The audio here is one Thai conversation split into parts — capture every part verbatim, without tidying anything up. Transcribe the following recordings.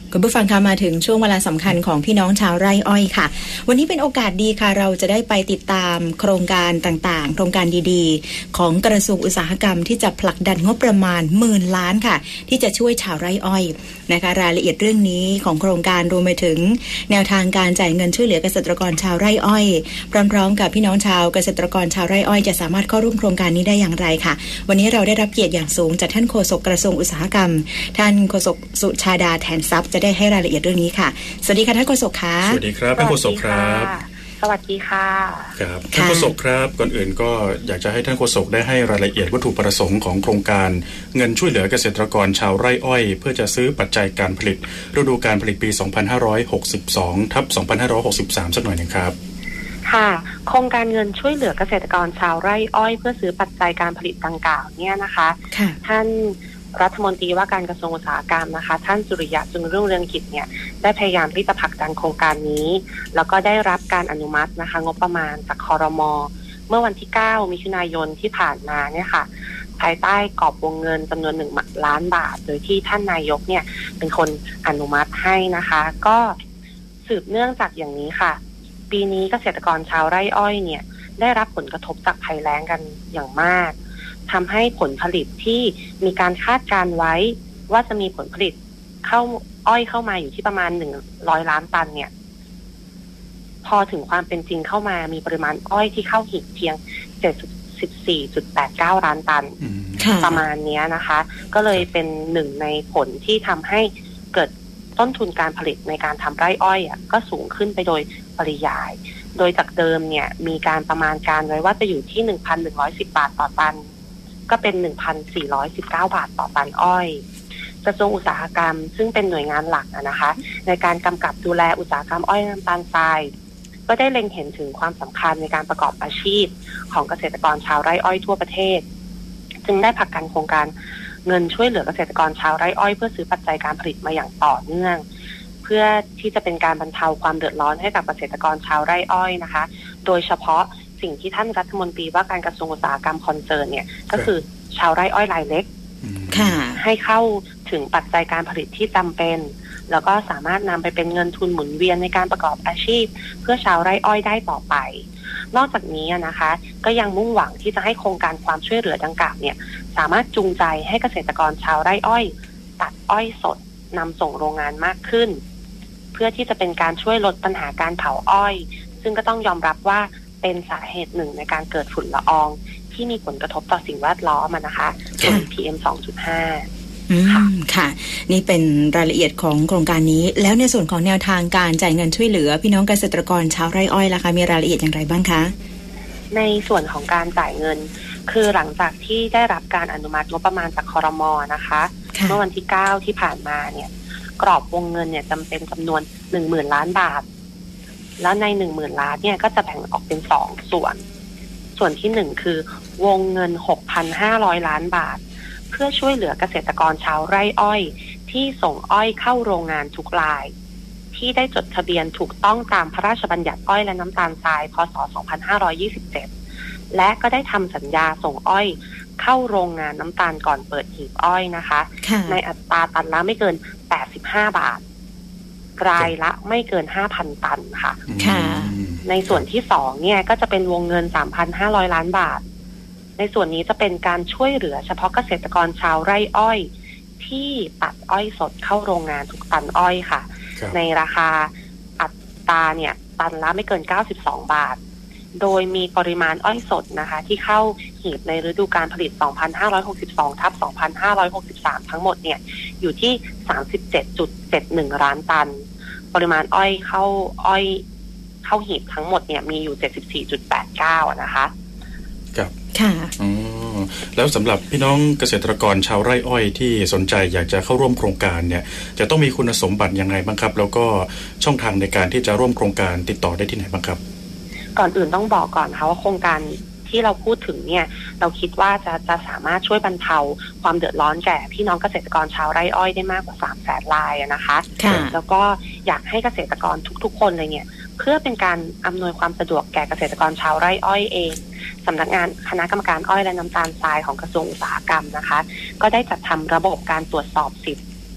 คุณผู้ฟังคะมาถึงช่วงเวลาสำคัญของพี่น้องชาวไร่อ้อยค่ะวันนี้เป็นโอกาสดีค่ะเราจะได้ไปติดตามโครงการต่างๆโครงการดีๆของกระทรวงอุตสาหกรรมที่จะผลักดันงบประมาณหมื่นล้านค่ะที่จะช่วยชาวไร่อ้อยนะคะรายละเอียดเรื่องนี้ของโครงการรวมไปถึงแนวทางการจ่ายเงินช่วยเหลือเกษตรกรชาวไร่อ้อยพร้อมๆกับพี่น้องชาวเกษตรกรชาวไร่อ้อยจะสามารถเข้าร่วมโครงการนี้ได้อย่างไรค่ะวันนี้เราได้รับเกียรติอย่างสูงจากท่านโฆษกกระทรวงอุตสาหกรรมท่านโฆษกสุชาดาแทนทรัพย์จะได้ให้รายละเอียดเรื่องนี้ค่ะสวัสดีค่ะท่านโฆษกค่ะสวัสดีครับท่านโฆษกครับสวัสดีค่ะครับท่านโฆษกครับก่อนอื่นก็อยากจะให้ท่านโฆษกได้ให้รายละเอียดวัตถุประสงค์ของโครงการเงินช่วยเหลือเกษตรกรชาวไร่อ้อยเพื่อจะซื้อปัจจัยการผลิตฤดูการผลิตปี สองพันห้าร้อยหกสิบสอง ทับ สองพันห้าร้อยหกสิบสาม สักหน่อยนึงครับค่ะโครงการเงินช่วยเหลือเกษตรกรชาวไร่อ้อยเพื่อซื้อปัจจัยการผลิตดังกล่าวเนี่ยนะคะท่านรัฐมนตรีว่าการกระทรวงอุตสาหกรรมนะคะท่านสุริยะจึงรุ่งเรืองกิจเนี่ยได้พยายามที่จะผลักดันโครงการนี้แล้วก็ได้รับการอนุมัตินะคะงบประมาณจากครม.เมื่อวันที่เก้ามิถุนายนที่ผ่านมาเนี่ยค่ะภายใต้กรอบวงเงินจำนวนหนึ่งล้านบาทโดยที่ท่านนายกเนี่ยเป็นคนอนุมัติให้นะคะก็สืบเนื่องจากอย่างนี้ค่ะปีนี้เกษตรกรชาวไร่อ้อยเนี่ยได้รับผลกระทบจากภัยแล้งกันอย่างมากทำให้ผลผลิตที่มีการคาดการไว้ว่าจะมีผลผลิตเข้าอ้อยเข้ามาอยู่ที่ประมาณหนึ่งร้อยล้านตันเนี่ยพอถึงความเป็นจริงเข้ามามีปริมาณอ้อยที่เข้าหีบเพียง เจ็ดสิบสี่จุดแปดเก้า ล้านตันประมาณนี้นะคะก็เลยเป็นหนึ่งในผลที่ทำให้เกิดต้นทุนการผลิตในการทำไร่อ้อยอ่ะก็สูงขึ้นไปโดยปริยายโดยจากเดิมเนี่ยมีการประมาณการไว้ว่าจะอยู่ที่ หนึ่งพันหนึ่งร้อยสิบ บาทต่อตันก็เป็น หนึ่งพันสี่ร้อยสิบเก้า บาทต่อตันอ้อยกระทรวงอุตสาหกรรมซึ่งเป็นหน่วยงานหลักนะคะในการกำกับดูแลอุตสาหกรรมอ้อยน้ำตาลทรายก็ได้เล็งเห็นถึงความสำคัญในการประกอบอาชีพของเกษตรกรชาวไร่อ้อยทั่วประเทศจึงได้ผลักดันโครงการเงินช่วยเหลือเกษตรกรชาวไร่อ้อยเพื่อซื้อปัจจัยการผลิตมาอย่างต่อเนื่องเพื่อที่จะเป็นการบรรเทาความเดือดร้อนให้กับเกษตรกรชาวไร่อ้อยนะคะโดยเฉพาะสิ่งที่ท่านรัฐมนตรีว่าการกระทรวงอุตสาหกรรมคอนเซิร์นเนี่ยก็คือชาวไร่อ้อยรายเล็กให้เข้าถึงปัจจัยการผลิตที่จำเป็นแล้วก็สามารถนำไปเป็นเงินทุนหมุนเวียนในการประกอบอาชีพเพื่อชาวไร่อ้อยได้ต่อไปนอกจากนี้นะคะก็ยังมุ่งหวังที่จะให้โครงการความช่วยเหลือดังกล่าวเนี่ยสามารถจูงใจให้เกษตรกรชาวไร่อ้อยตัดอ้อยสดนำส่งโรงงานมากขึ้นเพื่อที่จะเป็นการช่วยลดปัญหาการเผาอ้อยซึ่งก็ต้องยอมรับว่าเป็นสาเหตุหนึ่งในการเกิดฝุ่นละอองที่มีผลกระทบต่อสิ่งแวดล้อมนะคะเป็น พี เอ็ม สองจุดห้าค่ะค่ะนี่เป็นรายละเอียดของโครงการนี้แล้วในส่วนของแนวทางการจ่ายเงินช่วยเหลือพี่น้องเกษตรกรชาวไร่อ้อยล่ะคะมีรายละเอียดอย่างไรบ้างคะในส่วนของการจ่ายเงินคือหลังจากที่ได้รับการอนุมัติงบประมาณจากครม.นะคะเมื่อวันที่เก้าที่ผ่านมาเนี่ยกรอบวงเงินเนี่ยจำเป็นจำนวน หนึ่งหมื่น ล้านบาทแล้วใน หนึ่งหมื่น ล้านเนี่ยก็จะแบ่งออกเป็นสองส่วนส่วนที่หนึ่งคือวงเงิน หกพันห้าร้อย ล้านบาทเพื่อช่วยเหลือเกษตรกรชาวไร่อ้อยที่ส่งอ้อยเข้าโรงงานทุกรายที่ได้จดทะเบียนถูกต้องตามพระราชบัญญัติอ้อยและน้ำตาลทรายพ.ศ. สองพันห้าร้อยยี่สิบเจ็ดและก็ได้ทำสัญญาส่งอ้อยเข้าโรงงานน้ำตาลก่อนเปิดหีบอ้อยนะคะในอัตราตันละไม่เกินแปดสิบห้าบาทรายละไม่เกิน ห้าพัน ตันค่ะในส่วนที่สองเนี่ยก็จะเป็นวงเงิน สามพันห้าร้อย ล้านบาทในส่วนนี้จะเป็นการช่วยเหลือเฉพาะเกษตรกรชาวไร่อ้อยที่ตัดอ้อยสดเข้าโรงงานทุกตันอ้อยค่ะในราคาอัตราเนี่ยตันละไม่เกินเก้าสิบสองบาทโดยมีปริมาณอ้อยสดนะคะที่เข้าหีบในฤดูการผลิต สองพันห้าร้อยหกสิบสอง ทับ สองพันห้าร้อยหกสิบสาม ทั้งหมดเนี่ยอยู่ที่ สามสิบเจ็ดจุดเจ็ดหนึ่ง ล้านตันปริมาณอ้อยเข้าอ้อยเข้าหีบทั้งหมดเนี่ยมีอยู่ เจ็ดสิบสี่จุดแปดเก้า นะคะครับค่ะอ๋อแล้วสำหรับพี่น้องเกษตรกรชาวไร่อ้อยที่สนใจอยากจะเข้าร่วมโครงการเนี่ยจะต้องมีคุณสมบัติยังไงบ้างครับแล้วก็ช่องทางในการที่จะร่วมโครงการติดต่อได้ที่ไหนบ้างครับก่อนอื่นต้องบอกก่อนค่ะว่าโครงการที่เราพูดถึงเนี่ยเราคิดว่าจะจะสามารถช่วยบรรเทาความเดือดร้อนแก่พี่น้องเกษตรกรชาวไร่อ้อยได้มากกว่าสามแสนรายนะคะแล้วก็อยากให้เกษตรกรทุกๆคนเลยเนี่ยเพื่อเป็นการอำนวยความสะดวกแก่เกษตรกรชาวไร่อ้อยเองสำนักงานคณะกรรมการอ้อยและน้ำตาลทรายของกระทรวงอุตสาหกรรมนะคะก็ได้จัดทำระบบการตรวจสอบสิทธิ์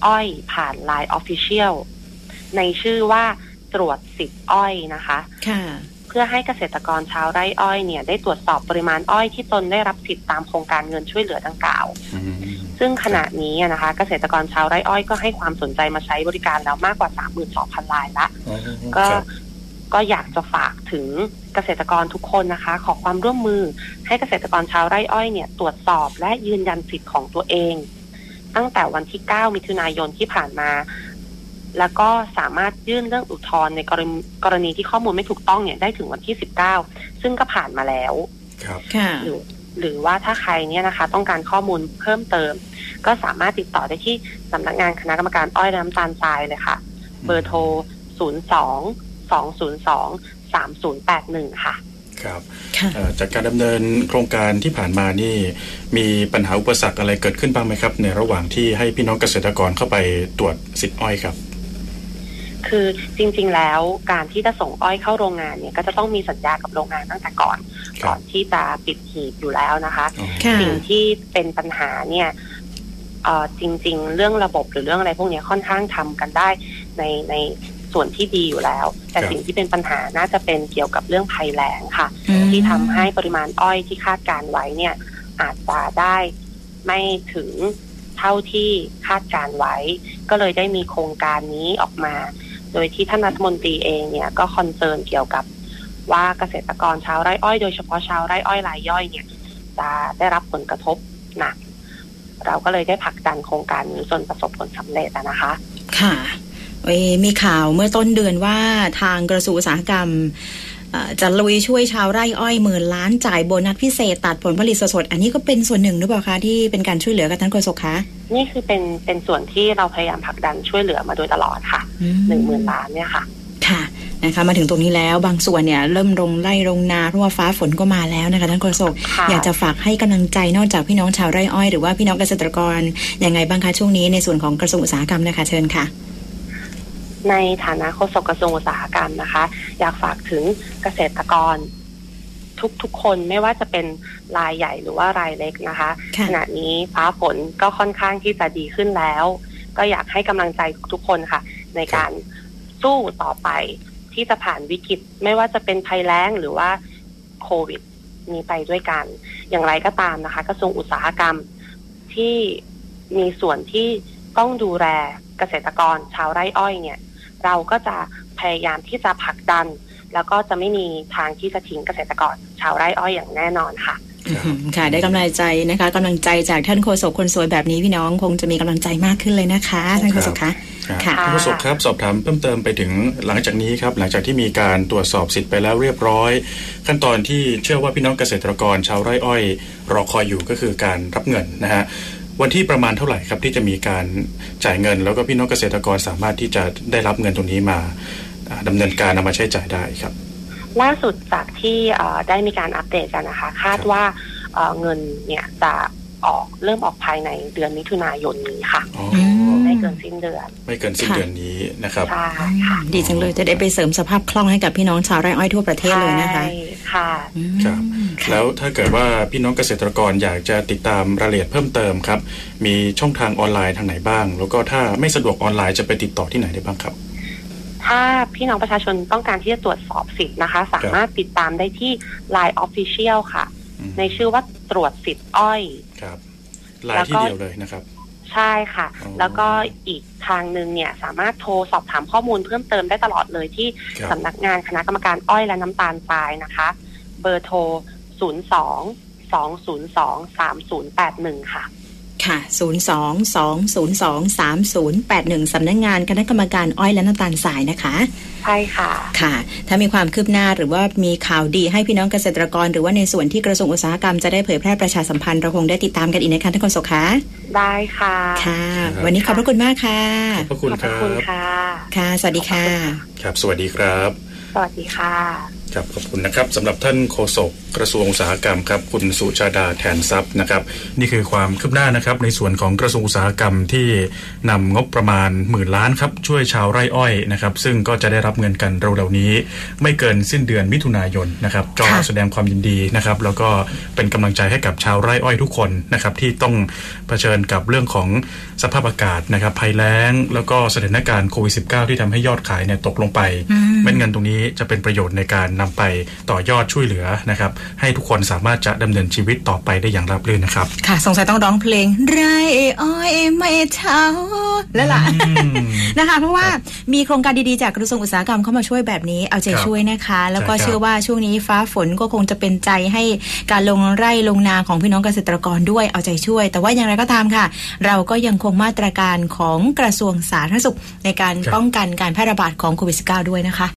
อ้อยผ่าน ไลน์ Official ในชื่อว่าตรวจสิทธิ์อ้อยนะคะเพื่อให้เกษตรกรชาวไร่อ้อยเนี่ยได้ตรวจสอบปริมาณอ้อยที่ตนได้รับสิทธิ์ตามโครงการเงินช่วยเหลือดังกล่าวซึ่งขณะนี้นะคะเกษตรกรชาวไร่อ้อยก็ให้ความสนใจมาใช้บริการแล้วมากกว่า สามหมื่นสองพัน รายละก็ก็อยากจะฝากถึงเกษตรกรทุกคนนะคะขอความร่วมมือให้เกษตรกรชาวไร่อ้อยเนี่ยตรวจสอบและยืนยันสิทธิ์ของตัวเองตั้งแต่วันที่เก้ามิถุนายนที่ผ่านมาแล้วก็สามารถยื่นเรื่องอุทธรณ์ในกรณีกรณีที่ข้อมูลไม่ถูกต้องเนี่ยได้ถึงวันที่สิบเก้าซึ่งก็ผ่านมาแล้วครับหรือหรือว่าถ้าใครเนี่ยนะคะต้องการข้อมูลเพิ่มเติมก็สามารถติดต่อได้ที่สำนักงานคณะกรรมการอ้อยและน้ำตาลทรายเลยค่ะเบอร์โทรศูนย์ สอง สอง ศูนย์ สอง สาม ศูนย์ แปด หนึ่งค่ะครับจากการดำเนินโครงการที่ผ่านมานี่มีปัญหาอุปสรรคอะไรเกิดขึ้นบ้างไหมครับในระหว่างที่ให้พี่น้องเกษตรกรเข้าไปตรวจสิทธิ์อ้อยครับคือจริงๆแล้วการที่จะส่งอ้อยเข้าโรงงานเนี่ยก็จะต้องมีสัญญากับโรงงานตั้งแต่ก่อนก่อนที่จะปิดหีบอยู่แล้วนะคะสิ่งที่เป็นปัญหาเนี่ยเอ่อจริงๆเรื่องระบบหรือเรื่องอะไรพวกนี้ค่อนข้างทำกันได้ในในส่วนที่ดีอยู่แล้วแต่สิ่งที่เป็นปัญหาน่าจะเป็นเกี่ยวกับเรื่องภัยแล้งค่ะที่ทำให้ปริมาณอ้อยที่คาดการไว้เนี่ยอาจจะได้ไม่ถึงเท่าที่คาดการไว้ก็เลยได้มีโครงการนี้ออกมาโดยที่ท่านรัฐมนตรีเองเนี่ยก็คอนเซิร์นเกี่ยวกับว่าเกษตรกรชาวไร่อ้อยโดยเฉพาะชาวไร่อ้อยรายย่อยเนี่ยจะได้รับผลกระทบหนักเราก็เลยได้ผลักดันโครงการนี้จนประสบผลสำเร็จนะคะค่ะมีข่าวเมื่อต้นเดือนว่าทางกระทรวงอุตสาหกรรมจะลุยช่วยชาวไร่อ้อยหมื่นล้านจ่ายโบนัสพิเศษตัดผลผลิตสดๆอันนี้ก็เป็นส่วนหนึ่งหรือเปล่าคะที่เป็นการช่วยเหลือกับท่านโฆษกคะนี่คือเป็นเป็นส่วนที่เราพยายามผลักดันช่วยเหลือมาโดยตลอดค่ะหนึ่งหมื่นล้านเนี่ยค่ะค่ะนะคะมาถึงตรงนี้แล้วบางส่วนเนี่ยเริ่มลงไร่ลงนาเพราะว่าฟ้าฝนก็มาแล้วนะคะท่านโฆษกอยากจะฝากให้กำลังใจนอกจากพี่น้องชาวไร่อ้อยหรือว่าพี่น้องเกษตรกรยังไงบ้างคะช่วงนี้ในส่วนของกระทรวงอุตสาหกรรมนะคะเชิญค่ะในฐานะโฆษกกระทรวงอุตสาหกรรมนะคะอยากฝากถึงเกษตรกรทุกๆคนไม่ว่าจะเป็นรายใหญ่หรือว่ารายเล็กนะคะขณะนี้ฟ้าฝนก็ค่อนข้างที่จะดีขึ้นแล้วก็อยากให้กำลังใจทุกคนค่ะในการสู้ต่อไปที่จะผ่านวิกฤตไม่ว่าจะเป็นภัยแล้งหรือว่าโควิดนี้ไปด้วยกันอย่างไรก็ตามนะคะกระทรวงอุตสาหกรรมที่มีส่วนที่ต้องดูแลเกษตรกรชาวไร่อ้อยเนี่ยเราก็จะพยายามที่จะผลักดันแล้วก็จะไม่มีทางที่จะทิ้งเกษตรกรชาวไร่อ้อยอย่างแน่นอนค่ะค่ะได้กำลังใจนะคะกำลังใจจากท่านโฆษกคนสวยแบบนี้พี่น้องคงจะมีกำลังใจมากขึ้นเลยนะคะท่านโฆษกคะค่ะท่านโฆษกครับสอบถามเพิ่มเติมไปถึงหลังจากนี้ครับหลังจากที่มีการตรวจสอบสิทธิ์ไปแล้วเรียบร้อยขั้นตอนที่เชื่อว่าพี่น้องเกษตรกรชาวไร่อ้อยรอคอยอยู่ก็คือการรับเงินนะฮะวันที่ประมาณเท่าไหร่ครับที่จะมีการจ่ายเงินแล้วก็พี่น้องเกษตรกรสามารถที่จะได้รับเงินตรงนี้มาดำเนินการนำมาใช้จ่ายได้ครับล่าสุดจากที่ได้มีการอัปเดตกันนะคะคาดว่าเงินเนี่ยจะออกเริ่มออกภายในเดือนมิถุนายนนี้ค่ะไม่เกินสิ้นเดือนไม่เกินสิ้นเดือนนี้นะครับใช่ค่ะดีจังเลยจะได้ไปเสริมสภาพคล่องให้กับพี่น้องชาวไร่อ้อยทั่วประเทศเลยนะคะค่ะครับแล้วถ้าเกิดว่าพี่น้องเกษตรกรอยากจะติดตามรายละเอียดเพิ่มเติมครับมีช่องทางออนไลน์ทางไหนบ้างแล้วก็ถ้าไม่สะดวกออนไลน์จะไปติดต่อที่ไหนได้บ้างครับถ้าพี่น้องประชาชนต้องการที่จะตรวจสอบสิทธิ์นะคะสามารถติดตามได้ที่ ไลน์ Official ค่ะในชื่อว่าตรวจสิทธิ์อ้อยครับไลน์ที่เดียวเลยนะครับใช่ค่ะแล้วก็อีกทางนึงเนี่ยสามารถโทรสอบถามข้อมูลเพิ่มเติมได้ตลอดเลยที่สำนักงานคณะกรรมการอ้อยและน้ำตาลทรายนะคะเบอร์โทรศูนย์ สอง สอง ศูนย์ สอง สาม ศูนย์ แปด หนึ่งค่ะค่ะศูนย์ สอง สอง ศูนย์ สอง สาม ศูนย์ แปด หนึ่งสำนักงานคณะกรรมการอ้อยและน้ำตาลทรายนะคะใช่ค่ะค่ะถ้ามีความคืบหน้าหรือว่ามีข่าวดีให้พี่น้องเกษตรกรหรือว่าในส่วนที่กระทรวงอุตสาหกรรมจะได้เผยแพร่ประชาสัมพันธ์เราคงได้ติดตามกันอีกนะคะท่านโฆษกคะได้ค่ะค่ะวันนี้ขอบพระคุณมากค่ะขอบพระคุณครับค่ะค่ะสวัสดีค่ะครับสวัสดีครับสวัสดีค่ะครับขอบคุณนะครับสำหรับท่านโฆษกกระทรวงอุตสาหกรรมครับคุณสุชาดาแทนทรัพย์นะครับนี่คือความคืบหน้านะครับในส่วนของกระทรวงอุตสาหกรรมที่นำงบประมาณหมื่นล้านครับช่วยชาวไร่อ้อยนะครับซึ่งก็จะได้รับเงินกันเร็วๆนี้ไม่เกินสิ้นเดือนมิถุนายนนะครับก็แสดงความยินดีนะครับแล้วก็เป็นกำลังใจให้กับชาวไร่อ้อยทุกคนนะครับที่ต้องเผชิญกับเรื่องของสภาพอากาศนะครับภัยแล้งแล้วก็สถานการณ์โควิด สิบเก้า ที่ทำให้ยอดขายเนี่ยตกลงไปเม็ดเงินตรงนี้จะเป็นประโยชน์ในการนำไปต่อยอดช่วยเหลือนะครับให้ทุกคนสามารถจะดำเนินชีวิตต่อไปได้อย่างราบรื่นนะครับค่ะสงสัยต้องร้องเพลงไร่อ้อยไม่เช้าแล้วล่ะ นะคะเพราะว่ามีโครงการดีๆจากกระทรวงอุตสาหกรรมเข้ามาช่วยแบบนี้เอาใจช่วยนะคะแล้วก็เชื่อว่าช่วงนี้ฟ้าฝนก็คงจะเป็นใจให้การลงไร่ลงนาของพี่น้องเกษตรกรด้วยเอาใจช่วยแต่ว่าอย่างไรก็ตามค่ะเราก็ยังคงมาตรการของกระทรวงสาธารณสุขในการป้องกันการแพร่ระบาดของโควิด สิบเก้า ด้วยนะคะ